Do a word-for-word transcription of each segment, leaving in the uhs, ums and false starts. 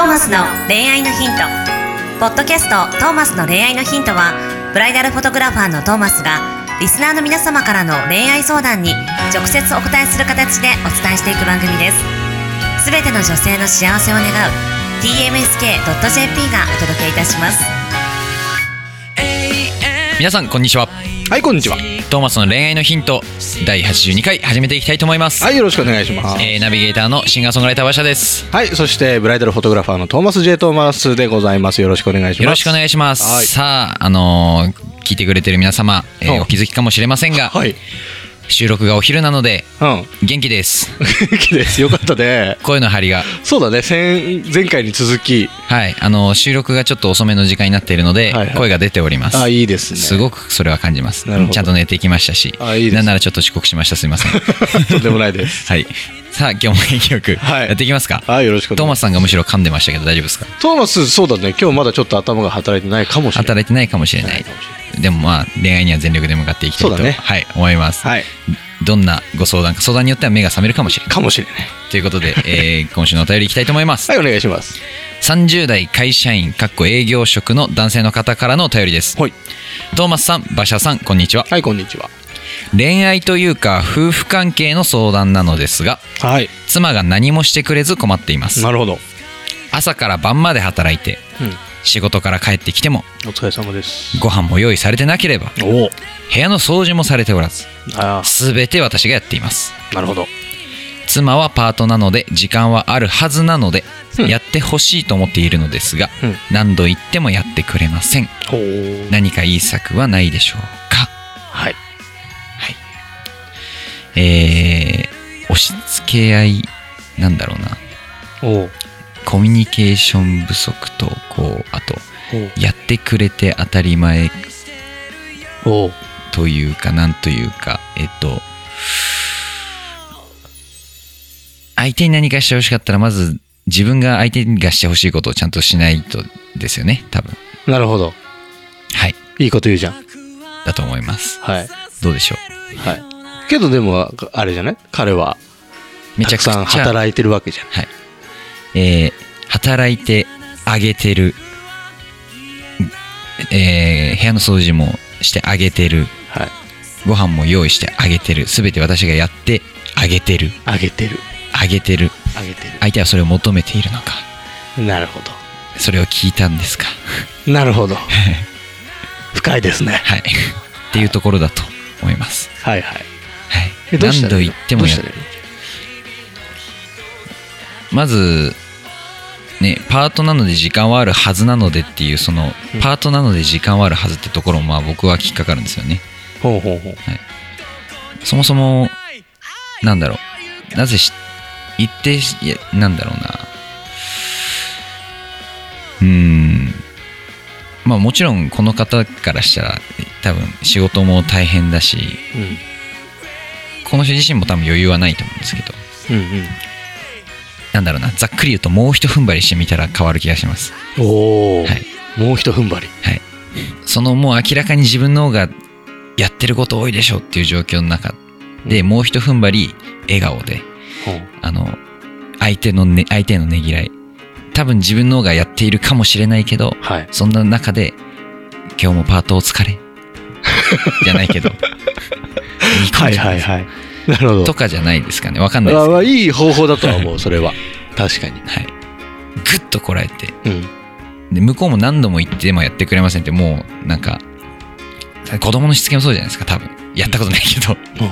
ーマスの恋愛のヒント。ポッドキャストトーマスの恋愛のヒントは、ブライダルフォトグラファーのトーマスがリスナーの皆様からの恋愛相談に直接お答えする形でお伝えしていく番組です。すべての女性の幸せを願う ティーエムエスケードットジェーピー がお届けいたします。 皆さんこんにちは。 はい、こんにちは。 トーマスの恋愛のヒントだいはちじゅうにかい始めていきたいと思います。 はい、よろしくお願いします。 えー、ナビゲーターのシンガーソングライター馬車です。 はい、そしてブライダルフォトグラファーのトーマス J トーマスでございます。よろしくお願いします。 よろしくお願いします。 はい、 さあ、あのー、聞いてくれてる皆様、えー、お気づきかもしれませんが、はい、収録がお昼なので、うん、元気です。 元気です。よかったね。 声の張りが。 そうだね。前, 前回に続き、 はい、あの収録がちょっと遅めの時間になっているので、はいはい、声が出ております。 あ、いいですね。 すごくそれは感じます。ちゃんと寝てきましたし、 あ、いいです。 なんならちょっと遅刻しました。すいません。 とんでもないです。 はい。さあ、今日も元気よくやっていきますか。 はい、はい、よろしくお願いします。 トーマスさんがむしろ噛んでましたけど大丈夫ですか。 トーマス、そうだね。今日まだちょっと頭が働いてないかもしれない。 働いてないかもしれない。でもまあ恋愛には全力で向かっていきたいと、ね、はい、思います。はい。どんなご相談か、相談によっては目が覚めるかもしれない。 かもしれない。 ということで、えー、今週のお便りいきたいと思います。 はい、お願いします。 さんじゅう代会社員かっこ営業職の男性の方からのお便りです。はい。トーマスさん、馬車さん、こんにちは。 はい、こんにちは。 恋愛というか夫婦関係の相談なのですが、はい、妻が何もしてくれず困っています。 なるほど。 朝から晩まで働いて、うん、仕事から帰ってきてもお疲れ様です。 ご飯も用意されてなければ、お部屋の掃除もされておらず、すべて私がやっています。 なるほど。 妻はパートなので時間はあるはずなので、うん、やってほしいと思っているのですが、うん、何度言ってもやってくれません。何かいい策はないでしょうか。はい、はい、えー、押し付け合いなんだろうな、おコミュニケーション不足と、こうあとやってくれて当たり前というか、なんというか、えっと相手に何かしてほしかったら、まず自分が相手がしてほしいことをちゃんとしないとですよね、多分。 なるほど。 はい。 いいこと言うじゃん。 だと思います。 はい。 どうでしょう。はい。けどでもあれじゃない？彼はめちゃくちゃたくさん働いてるわけじゃん。 はい。えー、働いてあげてる、えー、部屋の掃除もしてあげてる、はい、ご飯も用意してあげてる、すべて私がやってあげてるあげてるあげてるあげてる相手はそれを求めているのか。 なるほど。それを聞いたんですか。 なるほど。深いですね。 はい。っていうところだと思います。 はいはい、 はい、何度言ってもやる。まずね、パートなので時間はあるはずなのでっていう、そのパートなので時間はあるはずってところもまあ僕は引っかかるんですよね。 ほうほうほう。 はい、そもそもなんだろう、なぜし言っていやなんだろうな、うーんまあもちろんこの方からしたら多分仕事も大変だし、うん、この人自身も多分余裕はないと思うんですけど、うんうん、なんだろうな、ざっくり言うともう一踏ん張りしてみたら変わる気がします。 おー、はい、もう一踏ん張り。 はい。そのもう明らかに自分の方がやってること多いでしょっていう状況の中で、うん、もう一踏ん張り笑顔で、うん、あの相手のね相手へのねぎらい、多分自分の方がやっているかもしれないけど、はい、そんな中で今日もパートお疲れじゃないけどいいはいはいはい、なるほど、 とかじゃないですかね。わかんないですけど、 あ、いい方法だとは思う。それは確かに、 はい、ぐっとこらえて、うん、で向こうも何度も言ってもやってくれませんって、もうなんか子供のしつけもそうじゃないですか。多分やったことないけど、うん、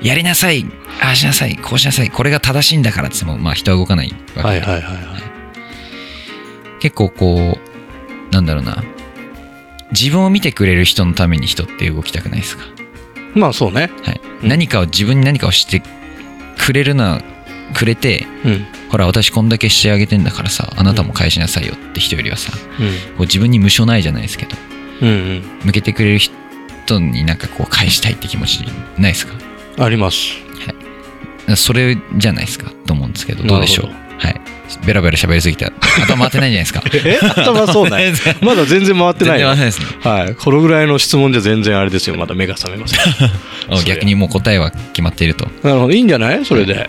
やりなさい、ああしなさい、こうしなさい、これが正しいんだからっても、まあ人は動かないわけで、はいはいはいはい、結構こうなんだろうな、自分を見てくれる人のために人って動きたくないですか。 まあそうね、 はい、うん、何かを自分に何かをしてくれるのはくれて、うん、ほら私こんだけしてあげてんだからさ、あなたも返しなさいよって人よりはさ、うん、こう自分に無償ないじゃないですけど、うんうん、向けてくれる人になんかこう返したいって気持ちないですか。 あります、 はい、それじゃないですかと思うんですけど、どうでしょう。はい、ベラベラ喋りすぎて頭回ってないんじゃないですか。 え頭そうない。まだ全然回ってない。全然回ってないですね。はい、このぐらいの質問じゃ全然あれですよ。まだ目が覚めません。 逆にもう答えは決まっていると。 なるほど、いいんじゃないそれで、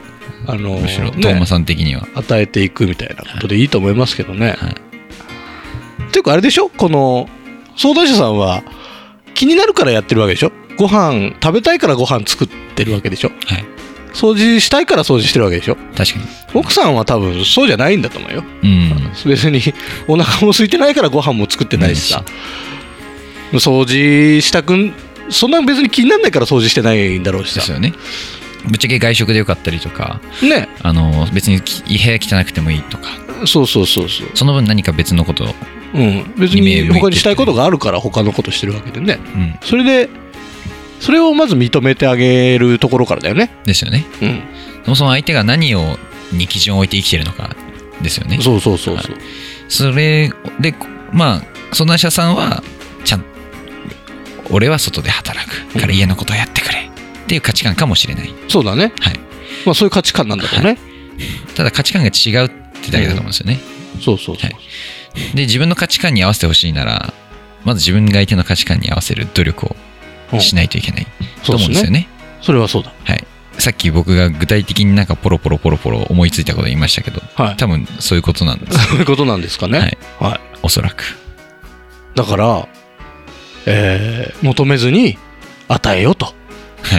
あのむしろトーマさん的には、 ね、与えていくみたいなことでいいと思いますけどね、はいはい、っていうかあれでしょ、この相談者さんは気になるからやってるわけでしょ。ご飯食べたいからご飯作ってるわけでしょ、はい、掃除したいから掃除してるわけでしょ。確かに奥さんは多分そうじゃないんだと思うよ、うん、別にお腹も空いてないからご飯も作ってないしさ、掃除したくんそんな別に気にならないから掃除してないんだろうしさ。ですよね。 ぶっちゃけ外食でよかったりとか、ね、あの別に部屋汚くてもいいとか、 そうそうそうそう、 その分何か別のことを、 うん、別に他にしたいことがあるから他のことしてるわけでね、うん、それでそれをまず認めてあげるところからだよね。 ですよね、うん、そもそも相手が何をに基準を置いて生きてるのかですよね。 そうそうそうそう。 それでまあ相談者さんはちゃん俺は外で働くから家のことをやってくれっていう価値観かもしれない。 そうだね、はい、まあ、そういう価値観なんだろうね、はい、 ただ価値観が違うってだけだと思うんですよね、 うん、そうそうそう、はい、 で自分の価値観に合わせてほしいならまず自分が相手の価値観に合わせる努力をしないといけないと思うんですよね、 うん、それはそうだ、 はい、さっき僕が具体的になんかポロポロポロポロ思いついたこと言いましたけど、はい、多分そういうことなんです。 そういうことなんですかね、はいはい、おそらくだからえー、求めずに与えよと、はい、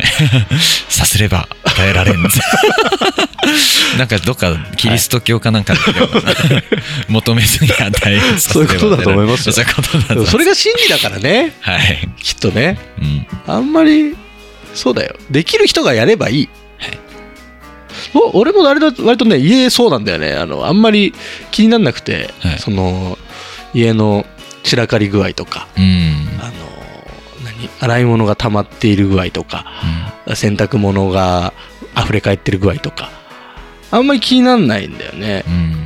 さすれば与えられんなんかどっかキリスト教かなんかで、はい、求めずに与える、 そういうことだと思いますよ。そういうことだと思います。それが真理だからね、はい、きっとね、うん、あんまりそうだよ、できる人がやればいい、はい、お俺も割と割とね家そうなんだよね。あのあんまり気にならなくて、はい、その家の散らかり具合とか、うん、あの何洗い物が溜まっている具合とか、うん、洗濯物が溢れ返ってる具合とかあんまり気にならないんだよね、うん、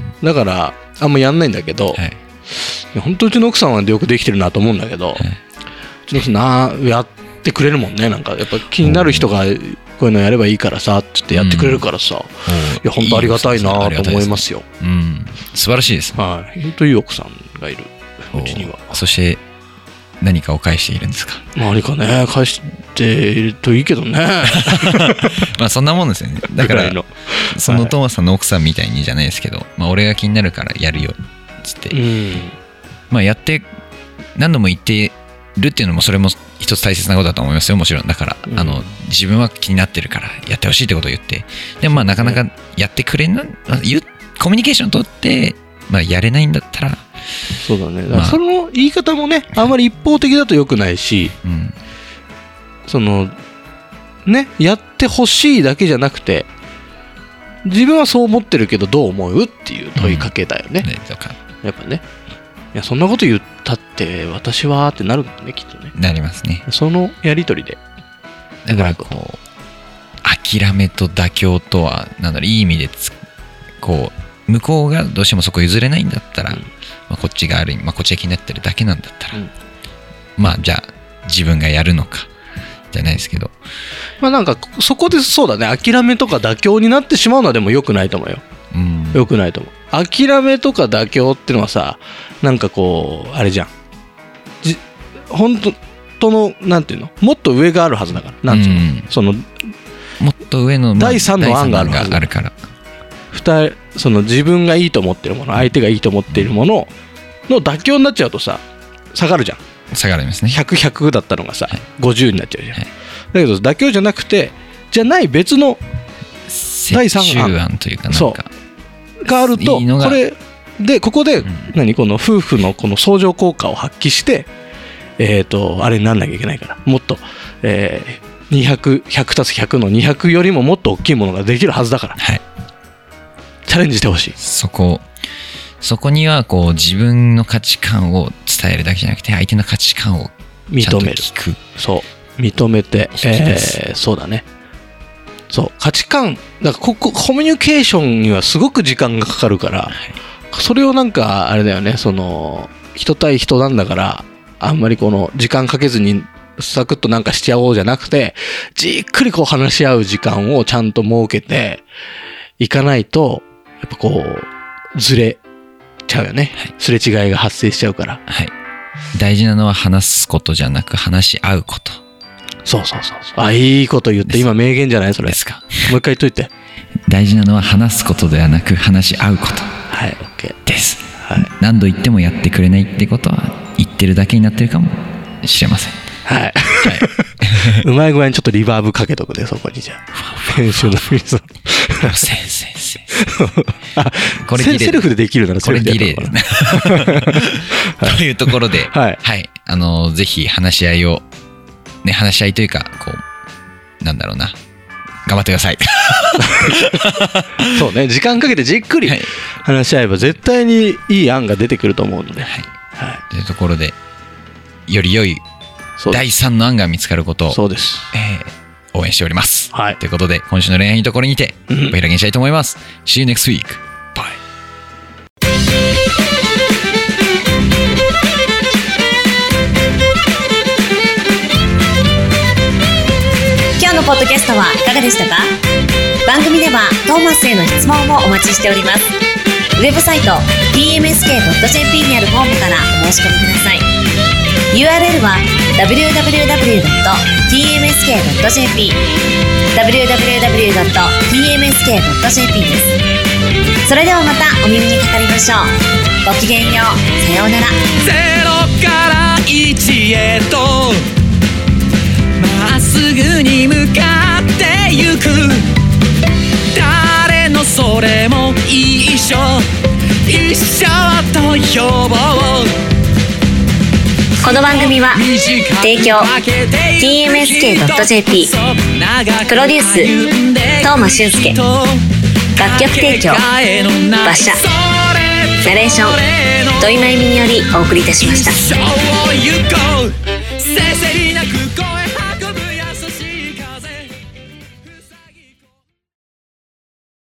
だからあんまやんないんだけど、はい、本当うちの奥さんはよくできてるなと思うんだけど、はい、うちの奥さんなやってくれるもんね。なんかやっぱ気になる人がこういうのやればいいからさってやってくれるからさ、うん、いや本当ありがたいなと思いますよ。 うん、素晴らしいですね。 はい、本当いい奥さんがいる。うちには。 そして何かを返しているんですか。 何かね返しているといいけどねまあそんなもんですよね。だからそのトーマスさんの奥さんみたいにじゃないですけど、まあ、俺が気になるからやるよっつって、うん、まあやって何度も言ってるっていうのもそれも一つ大切なことだと思いますよ。もちろんだから、うん、あの自分は気になってるからやってほしいってことを言って、でもまあなかなかやってくれな言うコミュニケーションを取ってまあやれないんだったら、 そうだね。だからその言い方もね、あんまり一方的だと良くないし、うん、そのねやってほしいだけじゃなくて、自分はそう思ってるけどどう思うっていう問いかけだよね。うん、ねやっぱね、いやそんなこと言ったって私はってなるんだねきっとね。 なりますね。 そのやり取りで。 だからこう諦めと妥協とはなんだろう、いい意味でつこう。向こうがどうしてもそこ譲れないんだったら、うん、まあ、こっちがある意味、まあ、こっちが気になってるだけなんだったら、うん、まあじゃあ自分がやるのかじゃないですけど、 まあなんかそこでそうだね、諦めとか妥協になってしまうのはでも良くないと思うよ、うん、良くないと思う。諦めとか妥協っていうのはさ、なんかこうあれじゃん、じ本当のなんていうの、もっと上があるはずだから、なんていうの、うん、そのもっと上のだいさんの案があるはずあるから、 二人その自分がいいと思ってるもの、相手がいいと思っているものの妥協になっちゃうとさ、下がるじゃん。 下がりますね。 ひゃく、ひゃくだったのがさ、はい、ごじゅうになっちゃうじゃん、はい、だけど妥協じゃなくて、じゃない別のだいさん案というかなんかそうがあると、これでここで、うん、何この夫婦のこの相乗効果を発揮して、えっとあれになんなきゃいけないから、もっと、えー、にひゃく、ひゃくたすひゃくのにひゃくよりももっと大きいものができるはずだから、はい、チャレンジしてほしい。 そこそこにはこう自分の価値観を伝えるだけじゃなくて、相手の価値観をちゃんと聞く。 そう認めて、えー、そうだね。そう価値観だからここコミュニケーションにはすごく時間がかかるから、はい、それをなんかあれだよね、その人対人なんだからあんまりこの時間かけずにサクッとなんかしちゃおうじゃなくて、じっくりこう話し合う時間をちゃんと設けていかないと、やっぱこうずれちゃうよね、はい、すれ違いが発生しちゃうから、 はい、大事なのは話すことじゃなく話し合うこと。 そうそうそうそう、あ、いいこと言って、今名言じゃないそれ。ですか。もう一回言っといて。 大事なのは話すことではなく話し合うことです、 はい、 はい、何度言ってもやってくれないってことは言ってるだけになってるかもしれません。 はい、はい、うまい具合にちょっとリバーブかけとくね、そこに。じゃあ編集のフリーズ先生先生これセルフでできるならセルフでやるのかな。 これディレイですねというところで、はい、はい、あのぜひ話し合いをね、話し合いというかこうなんだろうな、頑張ってくださいそうね、時間かけてじっくり話し合えば絶対にいい案が出てくると思うので、はいはい、というところでより良いだいさんの案が見つかることをそうです、えー、応援しております、はい、ということで今週の恋愛のところにてお開きにしたいと思います、うん、See you next week. Bye. 今日のポッドキャストはいかがでしたか？番組ではトーマスへの質問もお待ちしております。ウェブサイト ティーエムエスケードットジェーピー にあるフォームからお申し込みください。 ユーアールエル は ダブリューダブリューダブリュードットティーエムエスケードットジェーピー ダブリューダブリューダブリュードットティーエムエスケードットジェーピー です。それではまたお耳にかかりましょう。ごきげんよう。さようなら。 ゼロからいちへとまっすぐに向かってゆく、誰のそれも一緒一緒と呼ぼう。 この番組は提供 ティーエムエスケードットジェーピー プロデュース東間俊介、楽曲提供馬車、ナレーション土井真由美によりお送りいたしました。